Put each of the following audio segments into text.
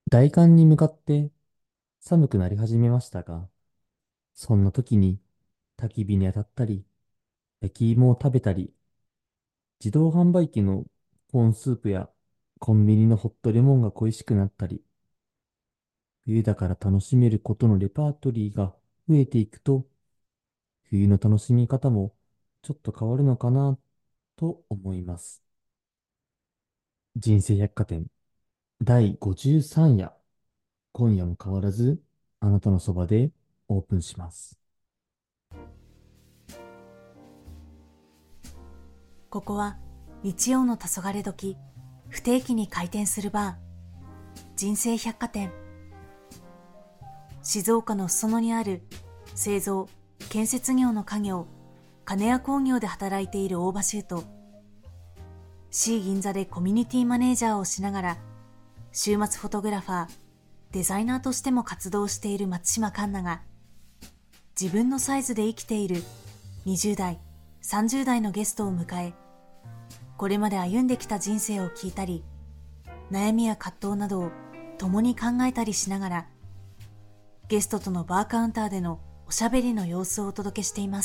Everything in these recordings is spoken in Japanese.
大寒に向かって寒くなり始めましたが、そんな時に焚き火に当たったり、焼き芋を食べたり、自動販売機のコーンスープやコンビニのホットレモンが恋しくなったり、冬だから楽しめることのレパートリーが増えていくと、冬の楽しみ方もちょっと変わるのかなと思います。人生百貨店第53夜、今夜も変わらずあなたのそばでオープンします。 ここは日曜の黄昏時、不定期に開店するバー、人生百貨店。静岡の裾野にある製造・建設業の家業、金谷工業で働いている大場修と、C 銀座でコミュニティマネージャーをしながら、週末フォトグラファー、デザイナーとしても活動している松島環奈が、自分のサイズで生きている20代、30代のゲストを迎え、これまで歩んできた人生を聞いたり、悩みや葛藤などを共に考えたりしながら、ゲストとのバーカウンターでのおしゃべりの様子をお届けしています。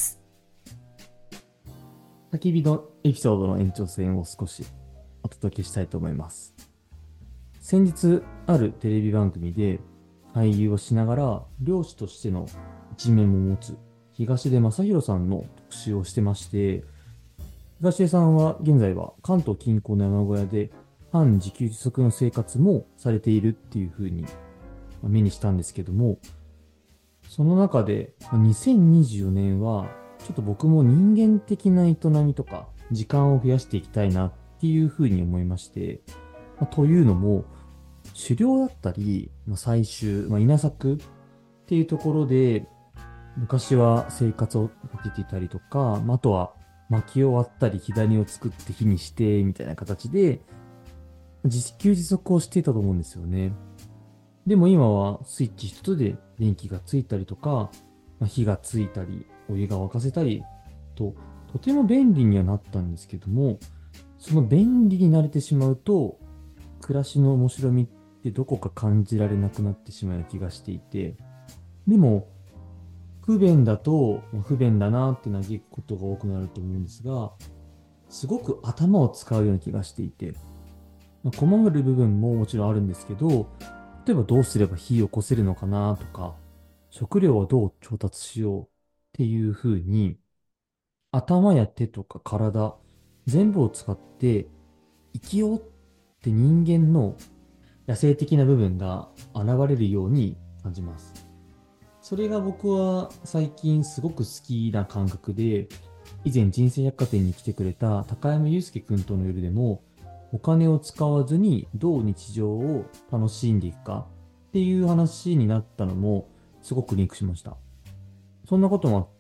焚き火のエピソードの延長線を少しお届けしたいと思います。先日、あるテレビ番組で俳優をしながら漁師としての一面も持つ東出昌大さんの特集をしてまして、東出さんは現在は関東近郊の山小屋で半自給自足の生活もされているっていうふうに目にしたんですけども、その中で2024年はちょっと僕も人間的な営みとか時間を増やしていきたいなっていうふうに思いまして、というのも、狩猟だったり、採集、稲作っていうところで、昔は生活を立てていたりとか、あとは薪を割ったり、火種を作って火にして、みたいな形で、自給自足をしていたと思うんですよね。でも今はスイッチ一つで電気がついたりとか、火がついたり、お湯が沸かせたりと、とても便利にはなったんですけども、その便利に慣れてしまうと、暮らしの面白みってどこか感じられなくなってしまうような気がしていて、でも、不便だと、不便だなって嘆くことが多くなると思うんですが、すごく頭を使うような気がしていて、困る部分ももちろんあるんですけど、例えばどうすれば火を起こせるのかなとか、食料はどう調達しようっていうふうに、頭や手とか体、全部を使って生きようって人間の野生的な部分が現れるように感じます。それが僕は最近すごく好きな感覚で、以前人生百貨店に来てくれた高山祐介くんとの夜でも、お金を使わずにどう日常を楽しんでいくかっていう話になったのもすごくリンクしました。そんなこともあって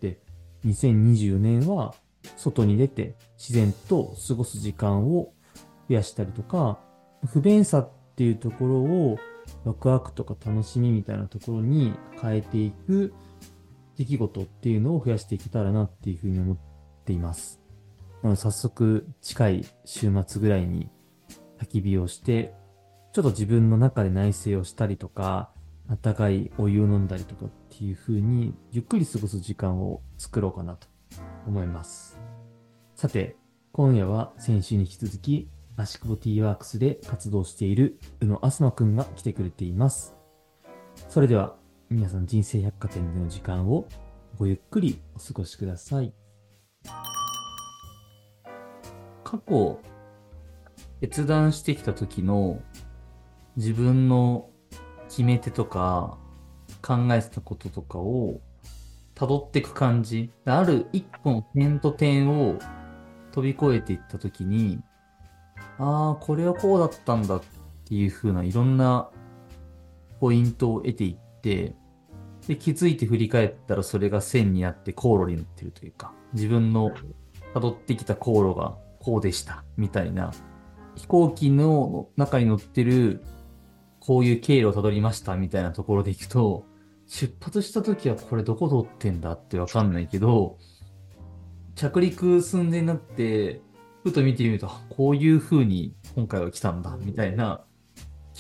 、2024年は外に出て自然と過ごす時間を増やしたりとか、不便さっていうところをワクワクとか楽しみみたいなところに変えていく出来事っていうのを増やしていけたらなっていうふうに思っています。なので早速近い週末ぐらいに焚き火をして、ちょっと自分の中で内省をしたりとか、温かいお湯を飲んだりとかっていう風に、ゆっくり過ごす時間を作ろうかなと思います。さて、今夜は先週に引き続き、足久保 T ワークスで活動している宇野あすまくんが来てくれています。それでは、皆さん人生百貨店での時間をごゆっくりお過ごしください。過去、決断してきた時の自分の決め手とか考えてたこととかを辿っていく感じ。ある一個の点と点を飛び越えていったときに、ああ、これはこうだったんだっていう風ないろんなポイントを得ていって、で、気づいて振り返ったらそれが線になって航路になってるというか、自分の辿ってきた航路がこうでした、みたいな。飛行機の中に乗ってるこういう経路をたどりましたみたいなところでいくと、出発した時はこれどこ通ってんだってわかんないけど、着陸寸前になって、ふと見てみると、こういう風に今回は来たんだみたいな気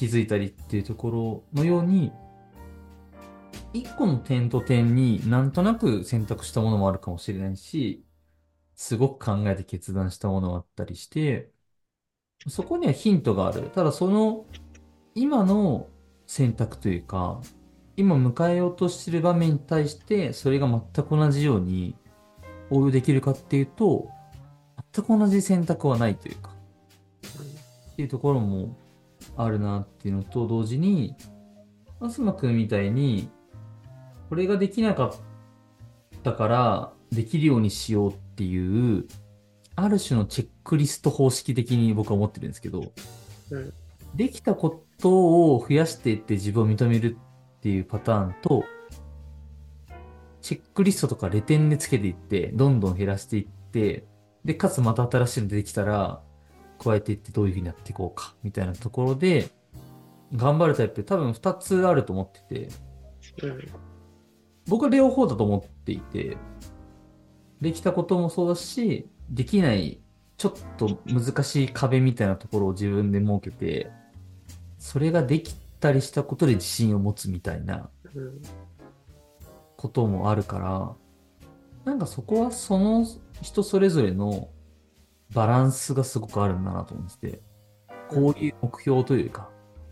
気づいたりっていうところのように、一個の点と点になんとなく選択したものもあるかもしれないし、すごく考えて決断したものがあったりして、そこにはヒントがある。ただその今の選択というか、今迎えようとしている場面に対して、それが全く同じように応用できるかっていうと、全く同じ選択はないというか、っていうところもあるなっていうのと同時に、東くんみたいに、これができなかったからできるようにしようっていう、ある種のチェックリスト方式的に僕は思ってるんですけど、 うん。 できたことを増やしていって自分を認めるっていうパターンと、チェックリストとかレ点でつけていって、どんどん減らしていって、で、かつまた新しいの出てきたら、加えていってどういうふうにやっていこうか、みたいなところで、頑張るタイプって多分2つあると思ってて、 うん。 僕は両方だと思っていて、できたこともそうだし、できない、ちょっと難しい壁みたいなところを自分で設けて、それができたりしたことで自信を持つみたいなうん。 こともあるから、なんかそこはその人それぞれのバランスがすごくあるんだなと思ってて、こういう目標というか、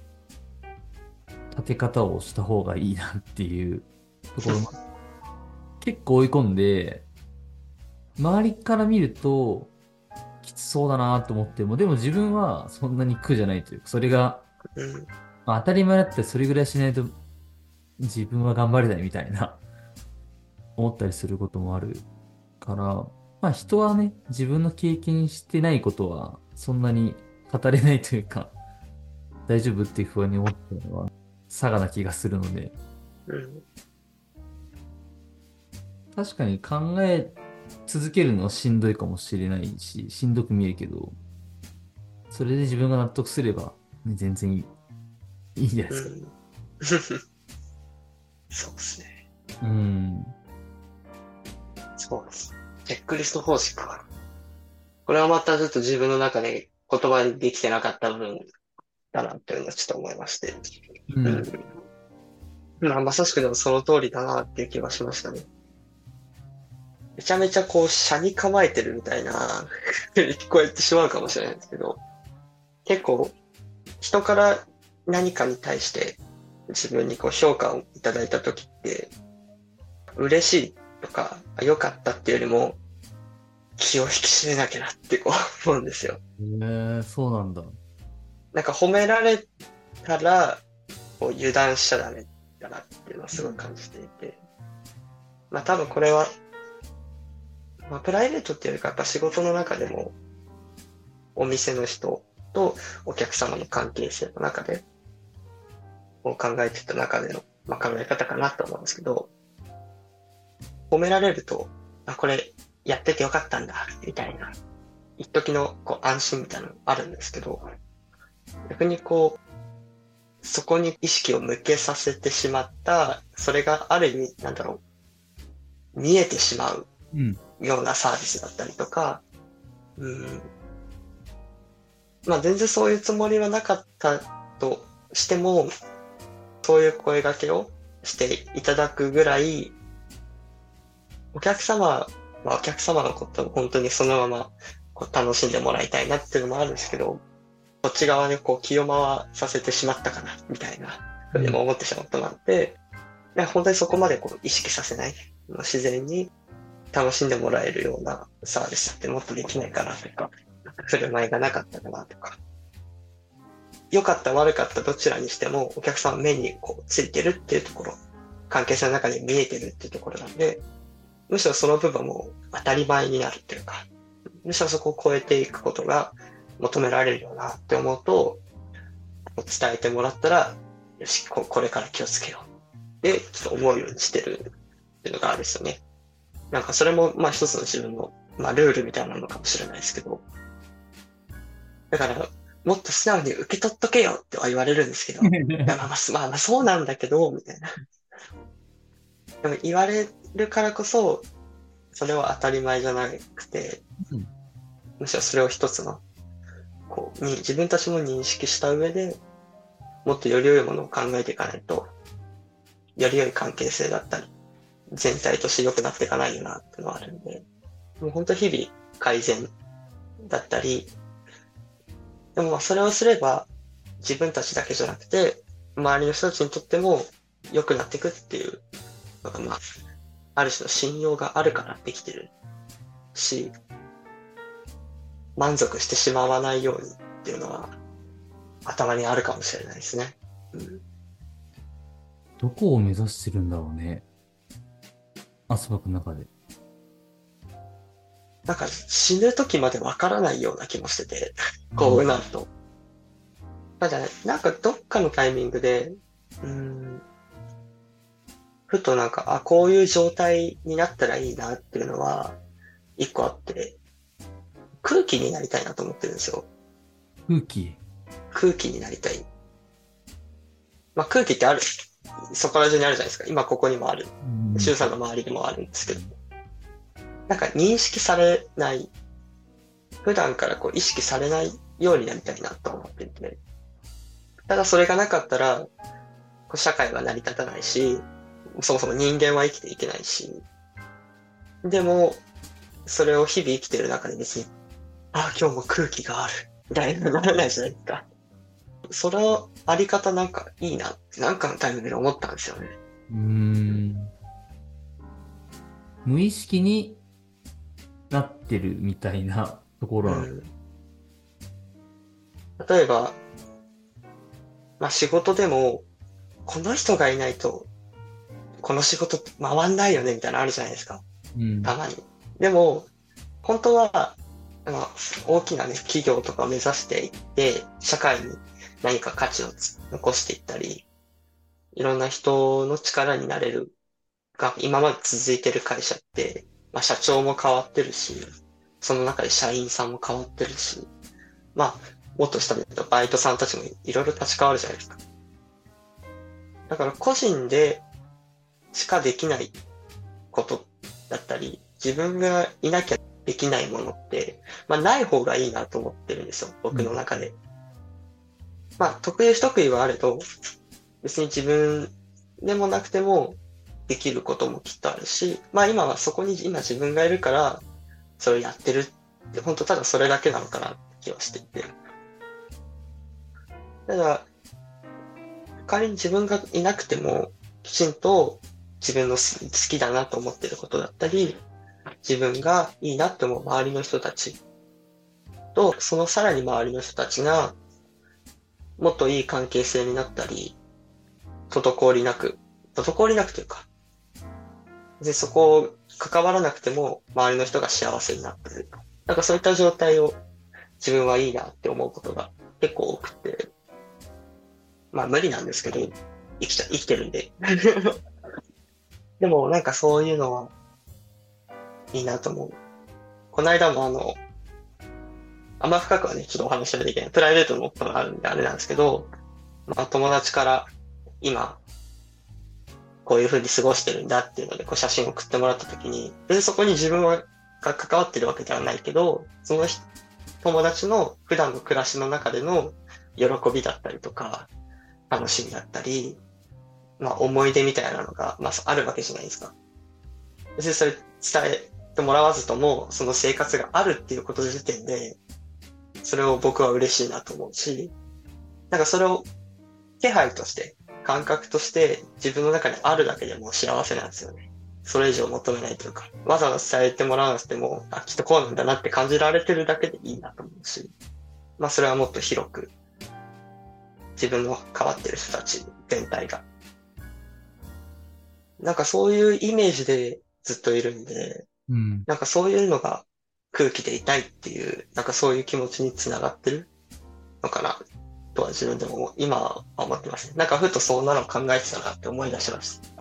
立て方をした方がいいなっていうところも結構追い込んで、周りから見るときつそうだなと思っても、でも自分はそんなに苦じゃないというか、それが、 うん。 まあ、当たり前だってそれぐらいしないと自分は頑張れないみたいな思ったりすることもあるから、まあ人はね、自分の経験してないことはそんなに語れないというか、大丈夫っていう不安に思ってるのは、差がな気がするので、 うん。 確かに考え続けるのはしんどいかもしれないし、しんどく見えるけど、それで自分が納得すれば、ね、全然いいんじゃないですか。 うん。そうですね。 うん。 そうです。チェックリスト方式か。これはまたちょっと自分の中で言葉にできてなかった部分だなっていうのはちょっと思いまして。 うん。 うん。まあ、まさしくでもその通りだなっていう気はしましたね。めちゃめちゃこう、斜に構えてるみたいな聞こえてしまうかもしれないんですけど、結構人から何かに対して自分にこう評価をいただいた時って、嬉しいとか、良かったっていうよりも、気を引き締めなきゃなってこう思うんですよ。 そうなんだ。 なんか褒められたら、こう油断しちゃダメだなっていうのをすごい感じていて。まあ多分これは、まあプライベートっていうよりかやっぱ仕事の中でも、お店の人とお客様の関係性の中で、こう考えていった中での、まあ、考え方かなと思うんですけど、褒められると、あ、これやっててよかったんだ、みたいな、一時のこう安心みたいなのあるんですけど、逆にこう、そこに意識を向けさせてしまった、それがある意味、なんだろう、見えてしまううん。 ようなサービスだったりとか、うん、まあ全然そういうつもりはなかったとしても、そういう声掛けをしていただくぐらい、お客様はお客様のことを本当にそのままこう楽しんでもらいたいなっていうのもあるんですけど、こっち側でこう気を回させてしまったかな、みたいな、ふうにも思ってしまったので、本当にそこまでこう意識させない、自然に楽しんでもらえるようなサービスってもっとできないかなとか、振る舞いがなかったかなとか、良かった悪かったどちらにしてもお客さん目にこうついてるっていうところ、関係性の中で見えてるっていうところなんで、むしろその部分も当たり前になるっていうか、むしろそこを超えていくことが求められるよなって思うと、伝えてもらったら、よし、これから気をつけよう。で、ちょっと思うようにしてるっていうのがあるんですよね。なんかそれも、まあ一つの自分の、まあルールみたいなのかもしれないですけど、だから、もっと素直に受け取っとけよっては言われるんですけど、いやまあまあそうなんだけど、みたいな。でも言われるからこそ、それは当たり前じゃなくて、むしろそれを一つの、こう、自分たちも認識した上で、 もっとより良いものを考えていかないと、より良い関係性だったり、全体として良くなっていかないよなっていうのはあるんで、もう本当日々改善だったり、でもまあそれをすれば自分たちだけじゃなくて、周りの人たちにとっても良くなっていくっていうのがまあ、ある種の信用があるからできてるし、満足してしまわないようにっていうのは頭にあるかもしれないですね。うん、 どこを目指してるんだろうね。アスバ君の中で。 なんか死ぬ時までわからないような気もしてて、こうなると。ただね、なんかどっかのタイミングで、ふとなんか、こういう状態になったらいいなっていうのは、一個あって、空気になりたいなと思ってるんですよ。 空気。 空気になりたい。まあ空気ってある。そこら中にあるじゃないですか。今ここにもある。シュウさんの周りにもあるんですけど。なんか認識されない。普段からこう意識されないようになりたいなと思っていて。ただそれがなかったら、社会は成り立たないし、そもそも人間は生きていけないし。でも、それを日々生きてる中で別に、今日も空気がある。みたいにならないじゃないですか。そのあり方なんかいいなってなんかのタイミングで思ったんですよね。 無意識になってるみたいなところなの。 例えば、まあ仕事でも、この人がいないと、この仕事回んないよねみたいなのあるじゃないですか。たまに。でも、本当は、大きなね、企業とかを目指していって、社会に何か価値を残していったり、いろんな人の力になれるが、今まで続いてる会社って、まあ社長も変わってるし、その中で社員さんも変わってるし、まあ、もっと下で言うとバイトさんたちもいろいろ立ち変わるじゃないですか。だから個人でしかできないことだったり、自分がいなきゃできないものって、まあない方がいいなと思ってるんですよ、僕の中で。まあ得意不得意はあれど、別に自分でもなくてもできることもきっとあるし、まあ今はそこに今自分がいるから、それをやってるって、本当ただそれだけなのかなって気はしていて。ただ、仮に自分がいなくても、きちんと自分の好きだなと思ってることだったり、自分がいいなって思う周りの人たちと、そのさらに周りの人たちが、もっといい関係性になったり、滞りなくというか、で、そこを関わらなくても、周りの人が幸せになってる。なんかそういった状態を自分はいいなって思うことが結構多くて、まあ無理なんですけど、生きてるんで。でもなんかそういうのはいいなと思う。この間もあんま深くはね、ちょっとお話はできない。プライベートのことがあるんであれなんですけど、まあ友達から今、こういう風に過ごしてるんだっていうので、こう写真を送ってもらった時に、別にそこに自分が関わってるわけではないけど、その友達の普段の暮らしの中での喜びだったりとか、楽しみだったり、まあ思い出みたいなのが、まああるわけじゃないですか。別にそれ伝えてもらわずとも、その生活があるっていうこと時点で、それを僕は嬉しいなと思うし、なんかそれを気配として、感覚として自分の中にあるだけでも幸せなんですよね。それ以上求めないというか、わざわざ伝えてもらわなくても、きっとこうなんだなって感じられてるだけでいいなと思うし、まあそれはもっと広く、自分の変わってる人たち全体が。なんかそういうイメージでずっといるんで、なんかそういうのが空気でいたいっていう、なんかそういう気持ちにつながってるのかなとは自分でも今は思ってますね。なんかふとそんなの考えてたなって思い出しました。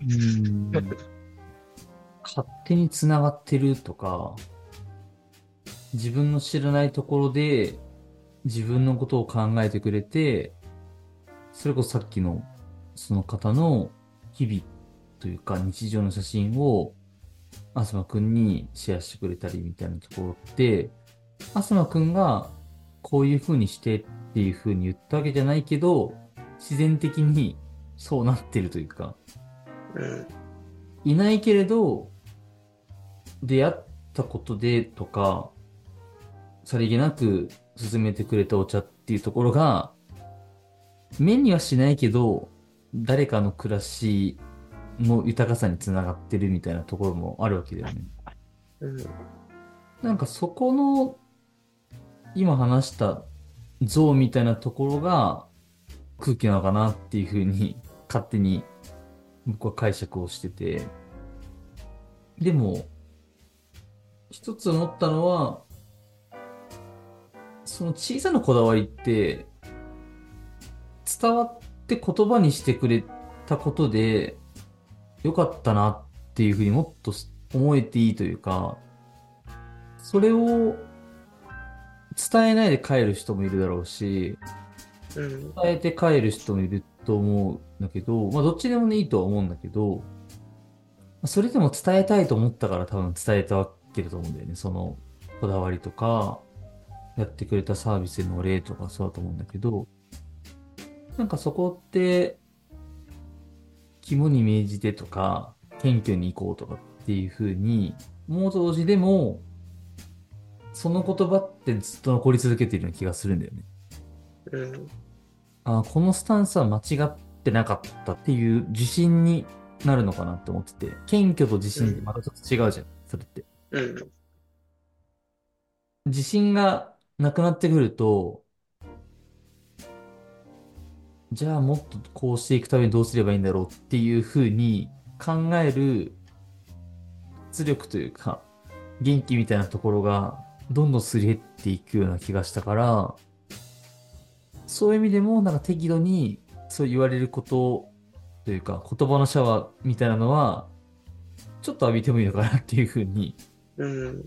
勝手につながってるとか、自分の知らないところで自分のことを考えてくれて、それこそさっきのその方の日々というか日常の写真を東くんにシェアしてくれたりみたいなところって、東くんがこういう風にしてっていう風に言ったわけじゃないけど、 自然的にそうなってるというか、 うん。 いないけれど、出会ったことでとか、さりげなく勧めてくれたお茶っていうところが、目にはしないけど、誰かの暮らしの豊かさにつながってるみたいなところもあるわけだよね。 うん。 なんかそこの、今話した像みたいなところが空気なのかなっていうふうに勝手に僕は解釈をしてて。でも、一つ思ったのは、その小さなこだわりって伝わって言葉にしてくれたことでよかったなっていうふうにもっと思えていいというか、それを伝えないで帰る人もいるだろうし、 うん。 伝えて帰る人もいると思うんだけど、まあどっちでもねいいとは思うんだけど、それでも伝えたいと思ったから多分伝えたわけだと思うんだよね。そのこだわりとか、やってくれたサービスへのお礼とかそうだと思うんだけど、なんかそこって肝に銘じてとか、謙虚に行こうとかっていう風に、もう同時でも、その言葉ってずっと残り続けてるような気がするんだよね。 うん。 あ、このスタンスは間違ってなかったっていう自信になるのかなって思ってて、謙虚と自信ってまたちょっと違うじゃん、それって。 うん。 自信がなくなってくると、じゃあもっとこうしていくためにどうすればいいんだろうっていう風に考える活力というか、元気みたいなところがどんどんすり減っていくような気がしたから、そういう意味でもなんか適度にそう言われることというか、言葉のシャワーみたいなのは、ちょっと浴びてもいいのかなっていう風にうん。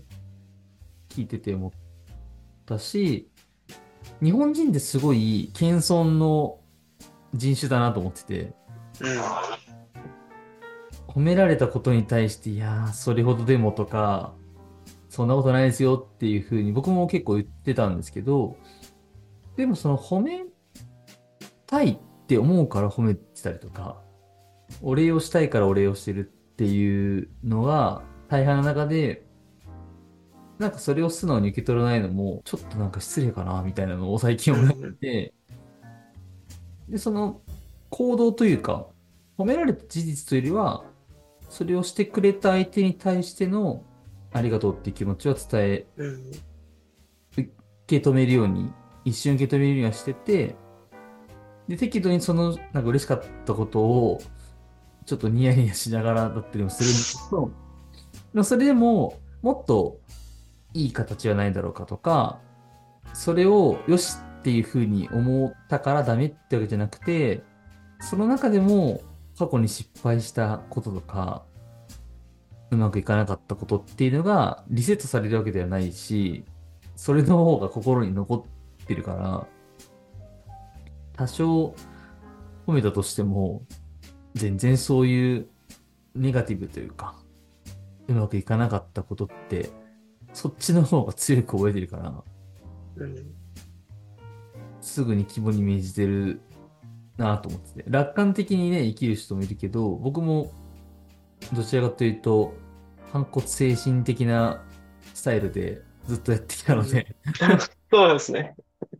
聞いてて思ったし、日本人ってすごい謙遜の人種だなと思ってて、 うん。 褒められたことに対して、いやー、それほどでもとか、そんなことないですよっていう風に僕も結構言ってたんですけど、でもその褒めたいって思うから褒めてたりとか、お礼をしたいからお礼をしてるっていうのが大半の中で、なんかそれを素直に受け取らないのも、ちょっとなんか失礼かな、みたいなのを最近思っうん。 て、で、その行動というか、褒められた事実というよりは、それをしてくれた相手に対してのありがとうっていう気持ちは伝え、 うん。 受け止めるように、一瞬受け止めるようにはしてて、で、適度にその、なんか嬉しかったことを、ちょっとニヤニヤしながらだったりもするんだけど、でもそれでも、もっといい形はないだろうかとか、それをよしっていうふうに思ったからダメってわけじゃなくて、その中でも過去に失敗したこととか、うまくいかなかったことっていうのがリセットされるわけではないし、それの方が心に残ってるから、多少褒めたとしても、全然そういうネガティブというか、うまくいかなかったことって、そっちの方が強く覚えてるから、 うん。 すぐに肝に銘じてるなと思ってて。楽観的にね、生きる人もいるけど、僕もどちらかというと、反骨精神的なスタイルでずっとやってきたのうん。 で、 そうですね。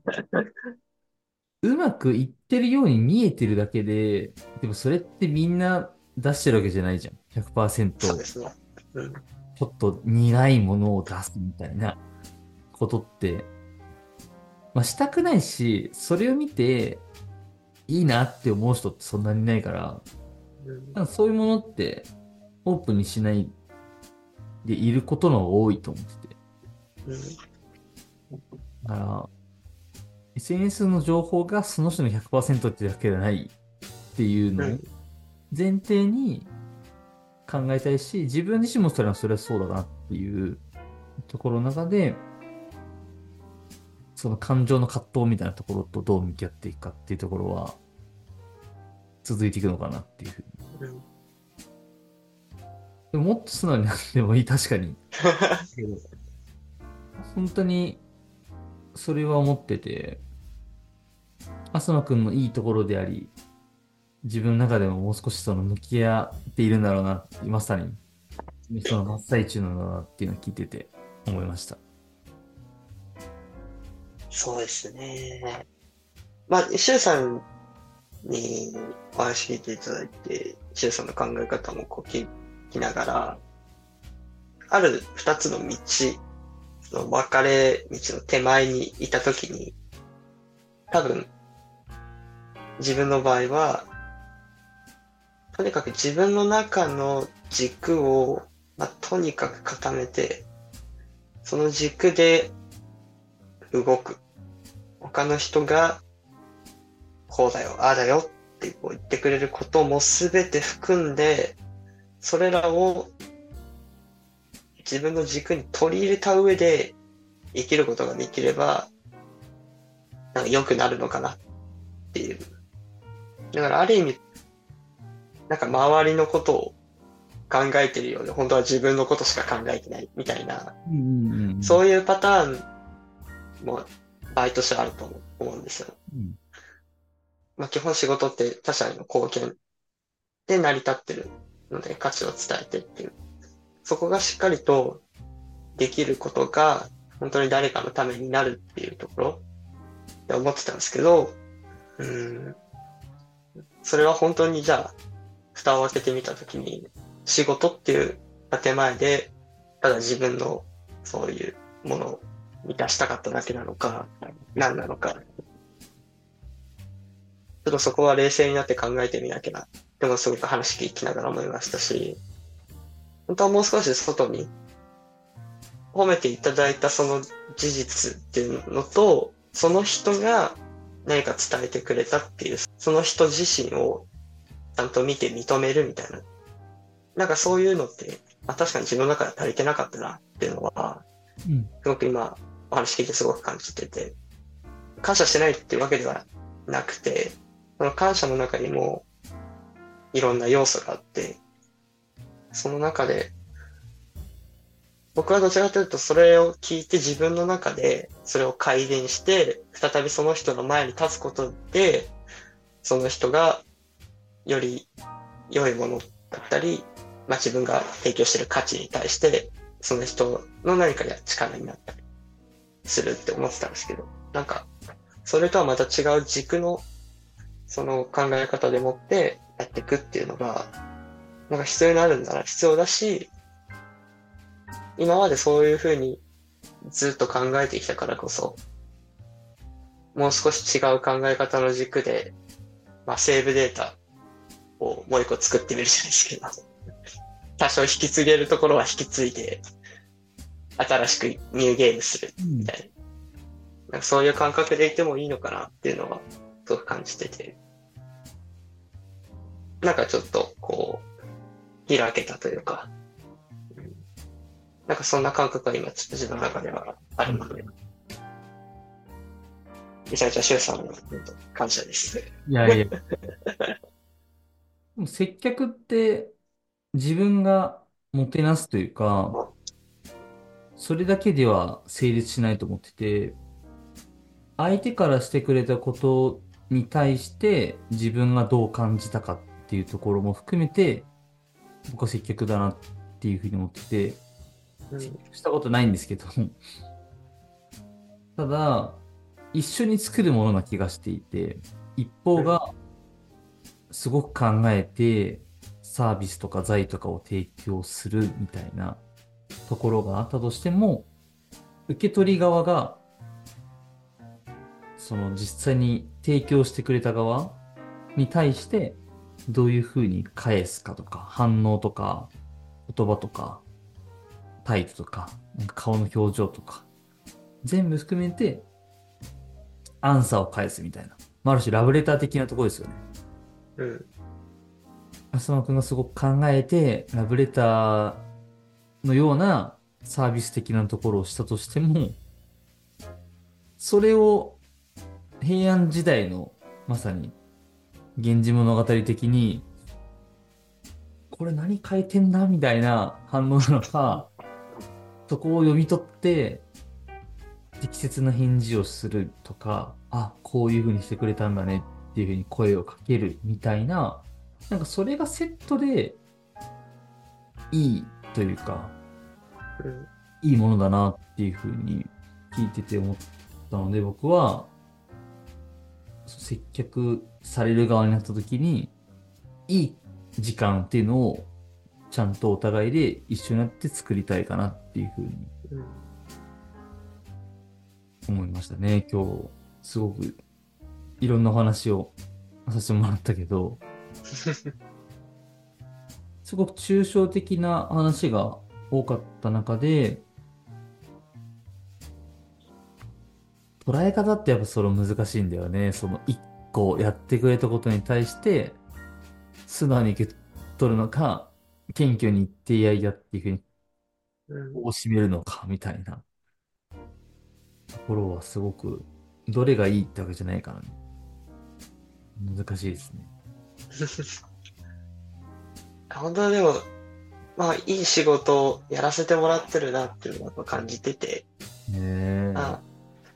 うまくいってるように見えてるだけで、でもそれってみんな出してるわけじゃないじゃん。100% そうですね。うん。 ちょっと苦いものを出すみたいなことって、まあしたくないし、それを見ていいなって思う人ってそんなにいないから、 うん。 なんかそういうものってオープンにしないでいることの方が多いと思ってて。 うん。 だから、SNS の情報がその人の100%ってだけじゃないっていうのをうん。 前提に考えたいし、自分自身もそれはそうだなっていうところの中で、その感情の葛藤みたいなところとどう向き合っていくかっていうところは続いていくのかなっていうふうに。 うん。 でももっと素直になってもいい、確かに。けど本当にそれは思ってて、 浅野くんのいいところであり、自分の中でももう少しその向き合っているんだろうなって、まさにその真っ最中なんだなっていうのを聞いてて思いました。 そうですね。まあ、シュウさんにお話聞いていただいて、シュウさんの考え方もこう聞きながら、ある二つの道、その分かれ道の手前にいたときに、多分、自分の場合は、とにかく自分の中の軸を、まあ、とにかく固めて、その軸で動く。他の人が、こうだよ、ああだよってこう言ってくれることもすべて含んで、それらを自分の軸に取り入れた上で生きることができれば、なんか良くなるのかなっていう。だからある意味、なんか周りのことを考えてるようで、本当は自分のことしか考えてないみたいな、そういうパターンも場合としてあると思うんですよ。まあ基本仕事って他者への貢献で成り立ってるので価値を伝えてっていう。そこがしっかりとできることが本当に誰かのためになるっていうところって思ってたんですけど、それは本当にじゃあ蓋を開けてみたときに仕事っていう建前でただ自分のそういうものを満たしたかっただけなのか何なのか、ちょっとそこは冷静になって考えてみなきゃな。でもすごく話聞きながら思いましたし、本当はもう少し外に褒めていただいたその事実っていうのと、その人が何か伝えてくれたっていう、その人自身をちゃんと見て認めるみたいな。なんかそういうのって、まあ、確かに自分の中で足りてなかったなっていうのは、すごく今お話聞いてすごく感じてて、感謝してないっていうわけではなくて、その感謝の中にもいろんな要素があって、その中で僕はどちらかというとそれを聞いて自分の中でそれを改善して再びその人の前に立つことでその人がより良いものだったり、まあ、自分が提供している価値に対してその人の何かが力になったりするって思ってたんですけど、なんかそれとはまた違う軸のその考え方でもってやっていくっていうのがなんか必要になるんだな、必要だし、今までそういうふうにずっと考えてきたからこそ、もう少し違う考え方の軸で、まあ、セーブデータをもう一個作ってみるじゃないですけど、多少引き継げるところは引き継いで、新しくニューゲームするみたいな。なんかそういう感覚でいてもいいのかなっていうのは、すごく感じてて、なんかちょっとこう、開けたというか、なんかそんな感覚が今ちょっと自分の中ではあるので、めちゃめちゃシュウさんの感謝です。 いやいや。でも接客って自分がもてなすというか、それだけでは成立しないと思ってて、相手からしてくれたことに対して自分がどう感じたかっていうところも含めて、僕は接客だなっていうふうに思ってて、したことないんですけど、ただ、一緒に作るものな気がしていて、一方がすごく考えて、サービスとか財とかを提供するみたいなところがあったとしても、受け取り側が、その実際に提供してくれた側に対して、どういうふうに返すかとか、反応とか、言葉とか、態度とか、なんか顔の表情とか、全部含めて、アンサーを返すみたいな。まあ、ある種ラブレター的なところですよね。 うん。 浅野くんがすごく考えて、ラブレターのようなサービス的なところをしたとしても、それを平安時代のまさに源氏物語的に、これ何書いてんだみたいな反応なのか、そこを読み取って、 適切な返事をするとか、あ、こういう風にしてくれたんだねっていう風に声をかけるみたいな、なんかそれがセットでいいというか、 うん、 いいものだなっていう風に聞いてて思ったので、僕は接客される側になった時に、いい時間っていうのをちゃんとお互いで一緒になって作りたいかなっていう風にうん。 思いましたね。今日、すごくいろんなお話をさせてもらったけど、すごく抽象的な話が多かった中で、捉え方ってやっぱそれ難しいんだよね。その一個やってくれたことに対して、素直に受け取るのか、謙虚に言っていやいやっていうふうにうん。 こう締めるのか、みたいなところはすごく、どれがいいってわけじゃないからね。難しいですね。 本当にでも、まあ、いい仕事をやらせてもらってるなっていうのをやっぱ感じてて、 ねえ。 あ、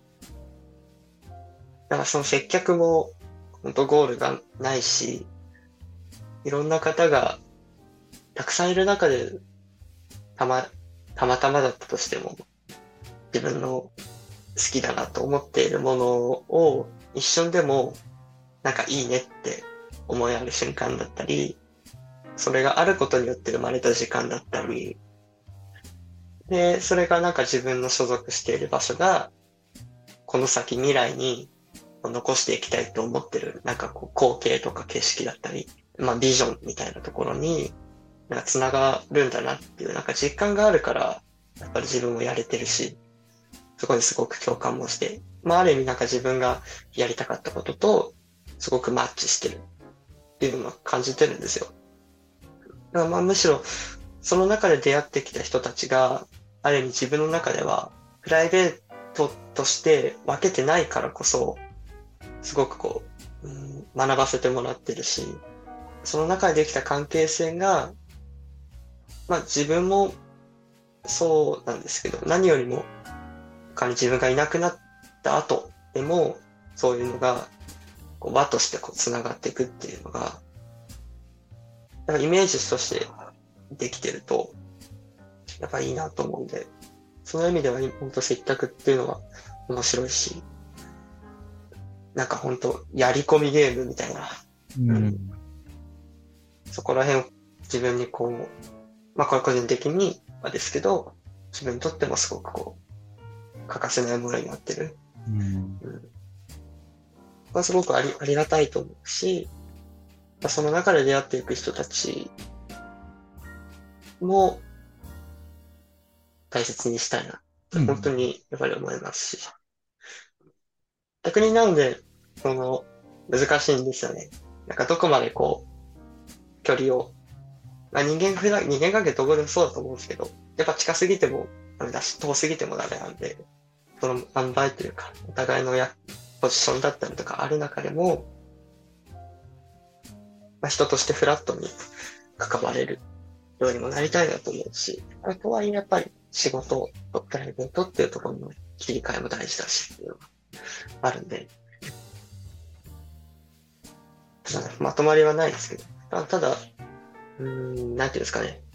なんかその接客も、本当ゴールがないし、いろんな方がたくさんいる中で、たま、たまたまだったとしても、自分の好きだなと思っているものを一瞬でも、なんかいいねって思いある瞬間だったり、それがあることによって生まれた時間だったり、で、それがなんか自分の所属している場所が、この先未来に残していきたいと思ってる、なんかこう光景とか景色だったり、まあビジョンみたいなところに、なんか繋がるんだなっていうなんか実感があるから、やっぱり自分もやれてるし、そこですごく共感もして、まあある意味なんか自分がやりたかったことと、すごくマッチしてるっていうのを感じてるんですよ。だからまあむしろ、その中で出会ってきた人たちが、ある意味自分の中では、プライベートとして分けてないからこそ、すごくこう、学ばせてもらってるし、その中でできた関係性が、まあ自分もそうなんですけど、何よりも他に自分がいなくなった後でも、そういうのが、こう輪としてこう繋がっていくっていうのが、なんかイメージとしてできてると、やっぱいいなと思うんで、その意味では本当接客っていうのは面白いし、なんか本当やり込みゲームみたいな、 うん。 そこら辺を自分にこう、まあこれ個人的にはですけど、自分にとってもすごくこう、欠かせないものになってる。 うん。 うん。これはすごくありがたいと思うし、その中で出会っていく人たちも大切にしたいなって本当にやっぱり思いますし、逆になんで、その、難しいんですよね。なんかどこまでこう、距離を、まあ人間関係どこでもそうだと思うんですけど、やっぱ近すぎてもダメだし、遠すぎてもダメなんで、その塩梅というか、お互いのポジションだったりとかある中でも、まあ、人としてフラットに関われるようにもなりたいなと思うし、あとはいえやっぱり仕事とプライベートっていうところの切り替えも大事だしっていうのがあるんで、まとまりはないですけど、ただ、なんていうんですかね。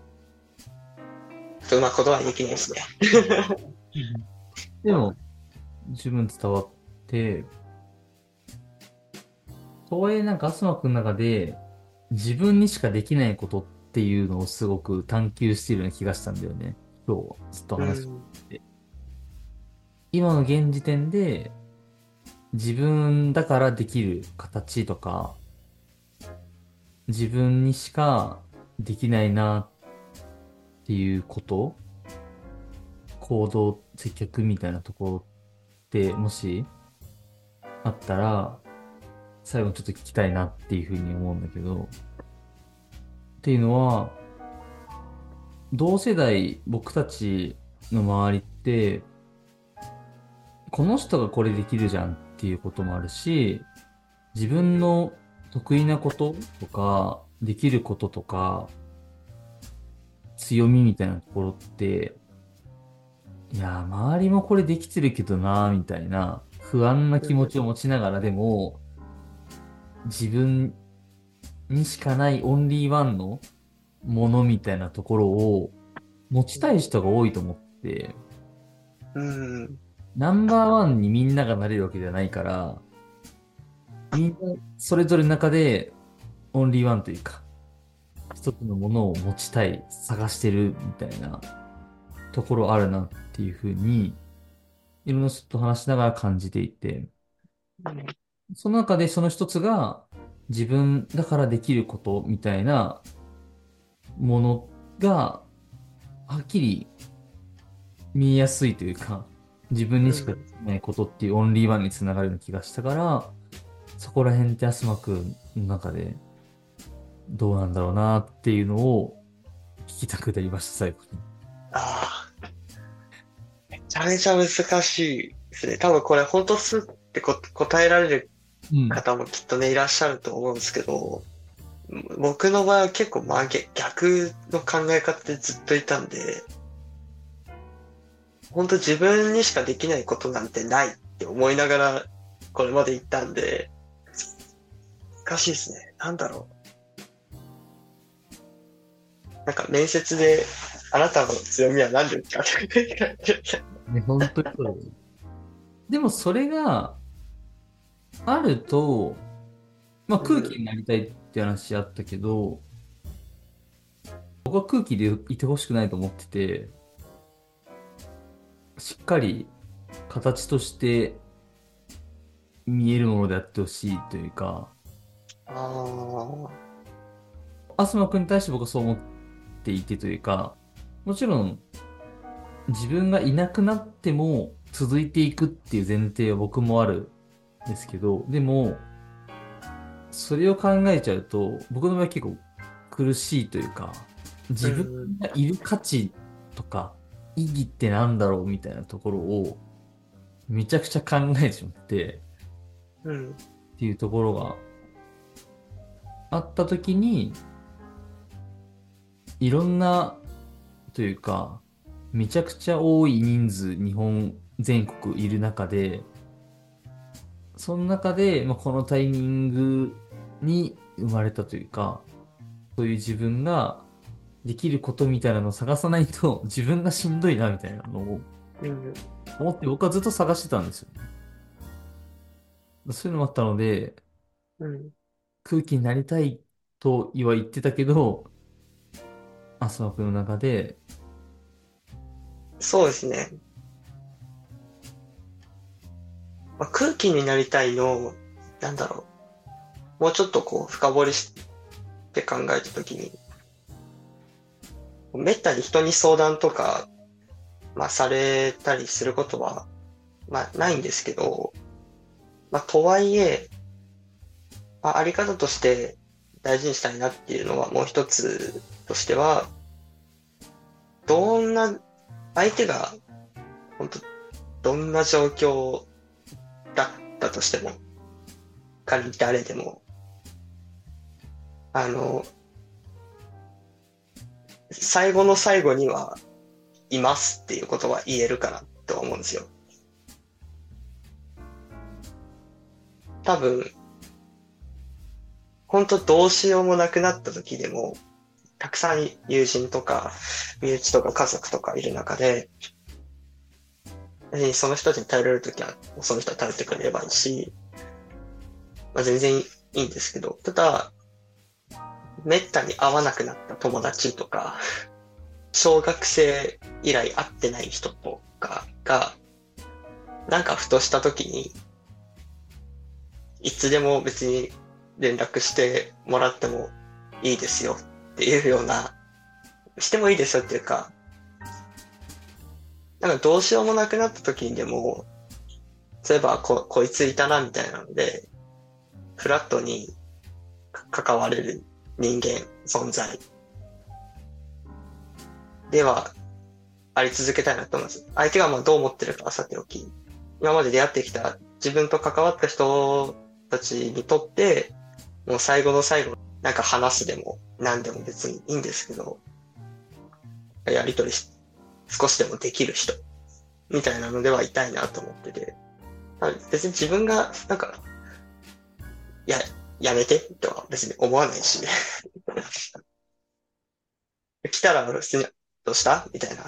ちょっとうまく言葉にできないですね。 でも、十分伝わって、とはいえなんか、アスマくんの中で、自分にしかできないことっていうのをすごく探求しているような気がしたんだよね。今日、ずっと話しうん、 て。今の現時点で、自分だからできる形とか、自分にしかできないなっていうこと、行動、接客みたいなところって、もしあったら、最後にちょっと聞きたいなっていうふうに思うんだけど、っていうのは、同世代、僕たちの周りって、この人がこれできるじゃんっていうこともあるし、自分の得意なこととか、できることとか、強みみたいなところって、 いや、周りもこれできてるけどな、みたいな不安な気持ちを持ちながらでも、自分にしかないオンリーワンのものみたいなところを持ちたい人が多いと思って、 うん。 ナンバーワンにみんながなれるわけじゃないから、みんなそれぞれの中でオンリーワンというか、一つのものを持ちたい、探してるみたいなところあるなっていうふうに、いろんな人と話しながら感じていて、その中でその一つが自分だからできることみたいなものがはっきり見えやすいというか、自分にしかできないことっていうオンリーワンにつながるような気がしたから、そこら辺ってアスマくんの中でどうなんだろうなっていうのを聞きたくなりました、最後に。 ああ、めちゃめちゃ難しいですね。多分これ本当すって答えられるうん。 方もきっとね、いらっしゃると思うんですけど、僕の場合は結構逆の考え方でずっといたんで、本当自分にしかできないことなんてないって思いながらこれまで行ったんで、難しいですね。なんだろう。なんか面接で、あなたの強みは何ですかって聞かれてね、本当にそうだよ。でもそれがあると、まあ空気になりたいって話あったけど、僕は空気でいてほしくないと思ってて、しっかり形として見えるものであってほしいというか、 ああ、 アスマ君に対して僕はそう思っていてというか、もちろん自分がいなくなっても続いていくっていう前提は僕もあるんですけど、でも、それを考えちゃうと、僕の場合結構苦しいというか、自分うん、 がいる価値とか意義ってなんだろうみたいなところをめちゃくちゃ考えてしまってうん、 っていうところがあった時に、いろんなというか、めちゃくちゃ多い人数、日本全国いる中で、その中で、まあ、このタイミングに生まれたというか、そういう自分ができることみたいなのを探さないと自分がしんどいなみたいなのをうん、 思って僕はずっと探してたんですよ。そういうのもあったので、 うん。 空気になりたいとは言ってたけど、アスワ君の中で、 そうですね。まあ、空気になりたいの、なんだろう。もうちょっとこう深掘りして考えたときに、めったに人に相談とか、まあ、されたりすることは、まあ、ないんですけど、まあ、とはいえ、まあ、あり方として大事にしたいなっていうのはもう一つとしては、どんな、相手が、本当どんな状況だったとしても、仮に誰でも、あの、最後の最後には、いますっていうことは言えるかなとは思うんですよ。多分、本当どうしようもなくなった時でも、たくさん友人とか、身内とか家族とかいる中で、別にその人に頼れる時は、その人は頼ってくれればいいし、まあ、全然いいんですけど、ただ、めったに会わなくなった友達とか、小学生以来会ってない人とかが、なんかふとした時に、いつでも別に連絡してもらってもいいですよっていうような、してもいいですよっていうか、なんかどうしようもなくなった時にでも、そういえばこいついたなみたいなので、フラットに関われる人間、存在ではあり続けたいなと思います。相手がまあどう思ってるかはさておき、今まで出会ってきた自分と関わった人たちにとって、もう最後の最後、なんか話すでも何でも別にいいんですけど、やりとり少しでもできる人。 みたいなのではいたいなと思ってて、別に自分が、や、やめてとは別に思わないし、来たら普通に、どうしたみたいな、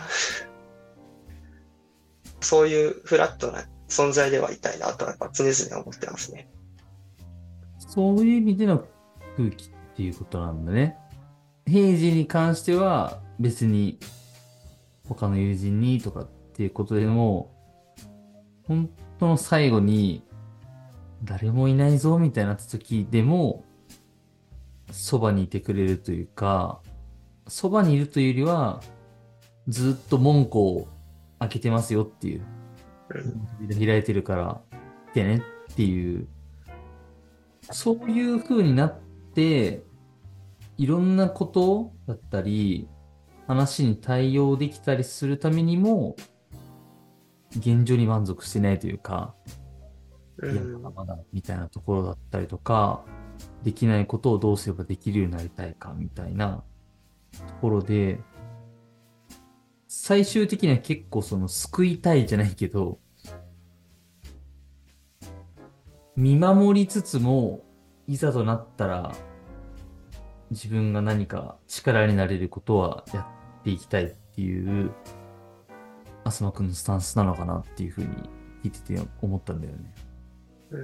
そういうフラットな存在ではいたいなとはやっぱ常々思ってますね。 そういう意味での空気っていうことなんだね。平時に関しては別に他の友人にとかっていうことでも、本当の最後に誰もいないぞみたいになった時でも、そばにいてくれるというか、そばにいるというよりは、ずっと門戸を開けてますよっていう。 うん。 扉開いてるから、来てねっていう。そういう風になって、いろんなことだったり、話に対応できたりするためにも、現状に満足してないというか、いや、まだうん。 まだみたいなところだったりとか、できないことをどうすればできるようになりたいかみたいなところで、最終的には結構その救いたいじゃないけど、見守りつつも、いざとなったら自分が何か力になれることはやっていきたいっていう、東くんのスタンスなのかなっていうふうに聞いてて思ったんだよね。 うん。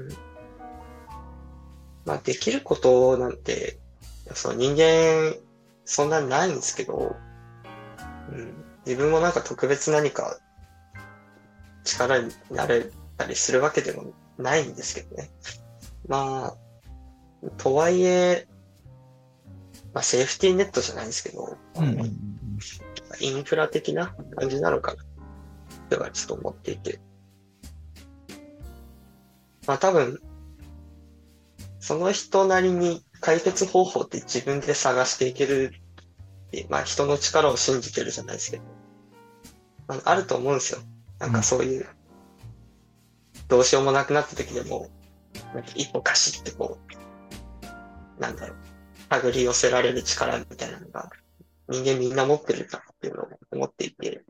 できることなんて、その人間、そんなにないんですけど、うん。自分も特別何か力になれたりするわけでもないんですけどね。まとはいえ、セーフティーネットじゃないですけど、 うんうんうんインフラ的な感じなのかなってはちょっと思っていて。多分、その人なりに解決方法って自分で探していけるって、人の力を信じてるじゃないですけど、あると思うんですよ。 うん。 そういう、どうしようもなくなった時でも、一歩カシッて手繰り寄せられる力みたいなのが、人間みんな持ってるんだっていうのを思っていて、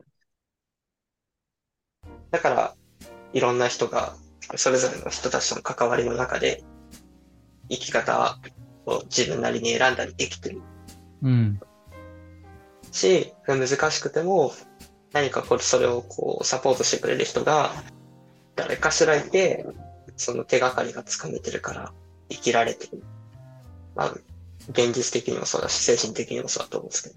だから、いろんな人が、それぞれの人たちとの関わりの中で、生き方を自分なりに選んだりできてるうん。 し、難しくても、何かそれをサポートしてくれる人が、誰かしらいて、その手がかりがつかめてるから、生きられてる。現実的にもそうだし、精神的にもそうだと思うんですけど。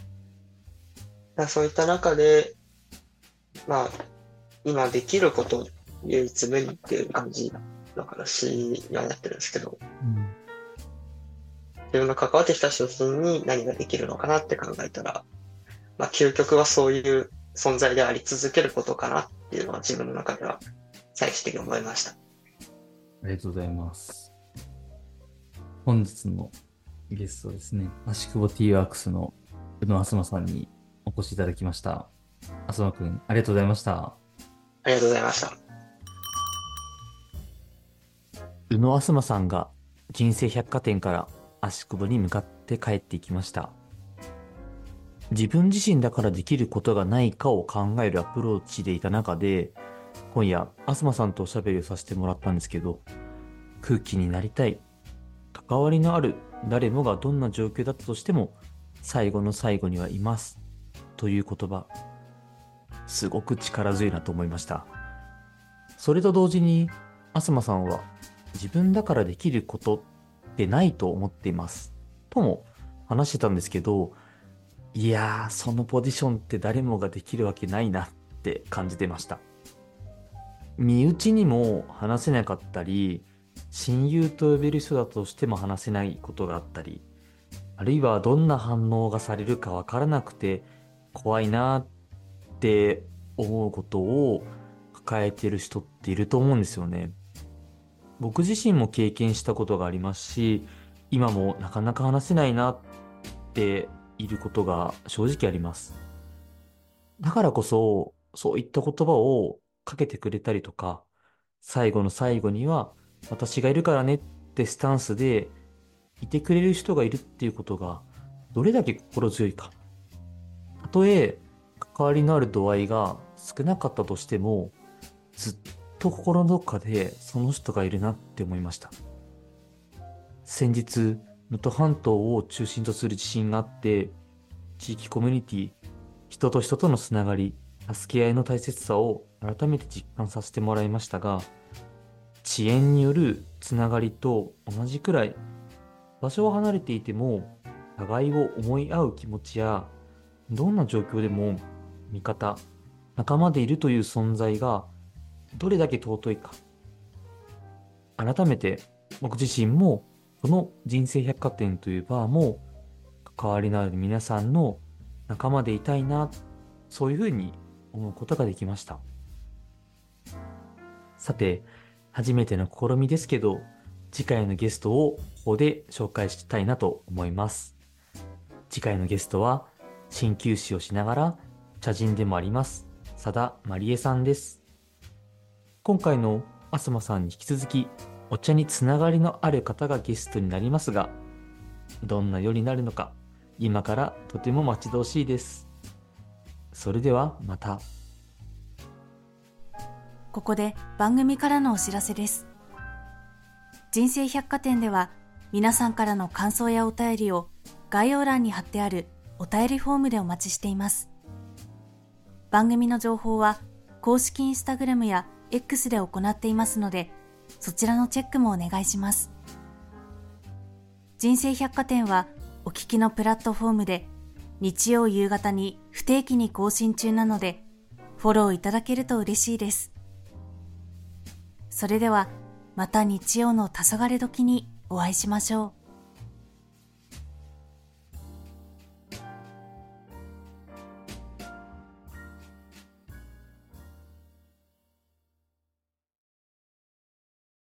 そういった中で、まあ、今できることを唯一無二っていう感じの話にはなってるんですけど、 うん。 自分が関わってきた人たちに何ができるのかなって考えたら、究極はそういう存在であり続けることかなっていうのは自分の中では最終的に思いました。 ありがとうございます。本日のゲストですね、足久保 T ワークスの宇野東さんにお越しいただきました。東くん、ありがとうございました。 ありがとうございました。 宇野東さんが人生百貨店から足久保に向かって帰っていきました。自分自身だからできることがないかを考えるアプローチでいた中で、今夜、東さんとおしゃべりをさせてもらったんですけど、空気になりたい、関わりのある誰もがどんな状況だったとしても、最後の最後にはいます。という言葉、すごく力強いなと思いました。それと同時に、東さんは自分だからできることってないと思っています。とも話してたんですけど、いやー、そのポジションって誰もができるわけないなって感じてました。身内にも話せなかったり、親友と呼べる人だとしても話せないことがあったり、あるいはどんな反応がされるかわからなくて怖いなって思うことを抱えてる人っていると思うんですよね。僕自身も経験したことがありますし、今もなかなか話せないなっていることが正直あります。だからこそ、そういった言葉をかけてくれたりとか、最後の最後には私がいるからねってスタンスでいてくれる人がいるっていうことがどれだけ心強いか。たとえ関わりのある度合いが少なかったとしても、ずっと心のどこかでその人がいるなって思いました。先日、能登半島を中心とする地震があって、地域コミュニティ、人と人とのつながり、助け合いの大切さを改めて実感させてもらいましたが、遅延によるつながりと同じくらい、場所は離れていても、互いを思い合う気持ちや、どんな状況でも味方、仲間でいるという存在がどれだけ尊いか。改めて僕自身もこの人生百貨店というバーも関わりのある皆さんの仲間でいたいな、そういうふうに思うことができました。さて、初めての試みですけど、次回のゲストをここで紹介したいなと思います。次回のゲストは鍼灸師をしながら茶人でもあります佐田まりえさんです。今回のあすまさんに引き続きお茶につながりのある方がゲストになりますが、どんな夜になるのか今からとても待ち遠しいです。それではまた。 ここで番組からのお知らせです。人生百貨店では皆さんからの感想やお便りを概要欄に貼ってあるお便りフォームでお待ちしています。番組の情報は公式インスタグラムや X で行っていますので、そちらのチェックもお願いします。人生百貨店はお聞きのプラットフォームで日曜夕方に不定期に更新中なので、フォローいただけると嬉しいです。それではまた日曜の黄昏時にお会いしましょう。